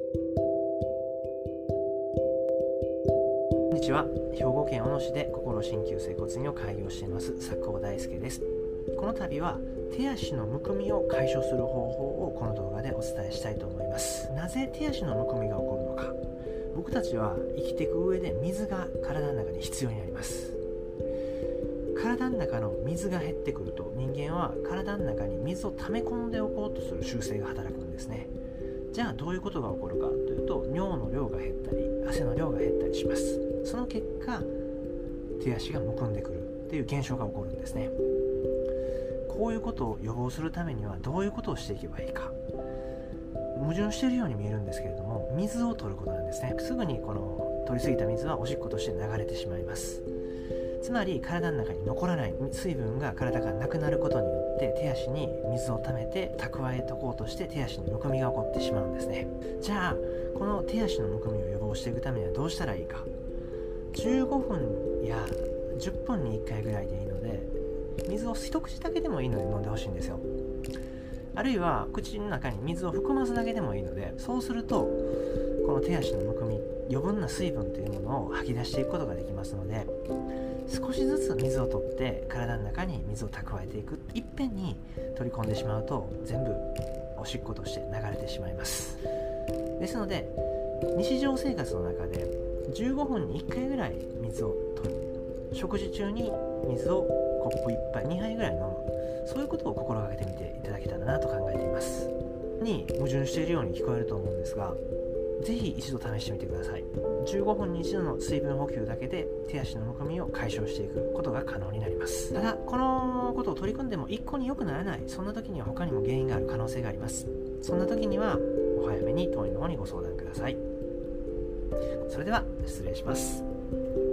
こんにちは。兵庫県小野市で心鍼灸整骨院を開業しています佐久尾大輔です。この度は手足のむくみを解消する方法をこの動画でお伝えしたいと思います。なぜ手足のむくみが起こるのか。僕たちは生きていく上で水が体の中に必要になります。体の中の水が減ってくると人間は体の中に水を溜め込んでおこうとする習性が働くんですね。じゃあどういうことが起こるかというと、尿の量が減ったり汗の量が減ったりします。その結果手足がむくんでくるっていう現象が起こるんですね。こういうことを予防するためにはどういうことをしていけばいいか。矛盾しているように見えるんですけれども、水を取ることなんですね。すぐにこの取りすぎた水はおしっことして流れてしまいます。つまり体の中に残らない水分が体からなくなることによって手足に水を溜めて蓄えておこうとして手足にむくみが起こってしまうんですね。じゃあこの手足のむくみを予防していくためにはどうしたらいいか。15分や10分に1回ぐらいでいいので、水を一口だけでもいいので飲んでほしいんですよ。あるいは口の中に水を含ますだけでもいいので、そうするとこの手足のむくみ、余分な水分というものを吐き出していくことができますので、少しずつ水を取って体の中に水を蓄えていく。いっぺんに取り込んでしまうと全部おしっことして流れてしまいます。ですので日常生活の中で15分に1回ぐらい水を取る、食事中に水をコップ1杯2杯ぐらい飲む、そういうことを心がけてみていただけたらなと考えています。に矛盾しているように聞こえると思うんですが、ぜひ一度試してみてください。15分に一度の水分補給だけで手足のむくみを解消していくことが可能になります。ただこのことを取り組んでも一向に良くならない、そんな時には他にも原因がある可能性があります。そんな時にはお早めに当院の方にご相談ください。それでは失礼します。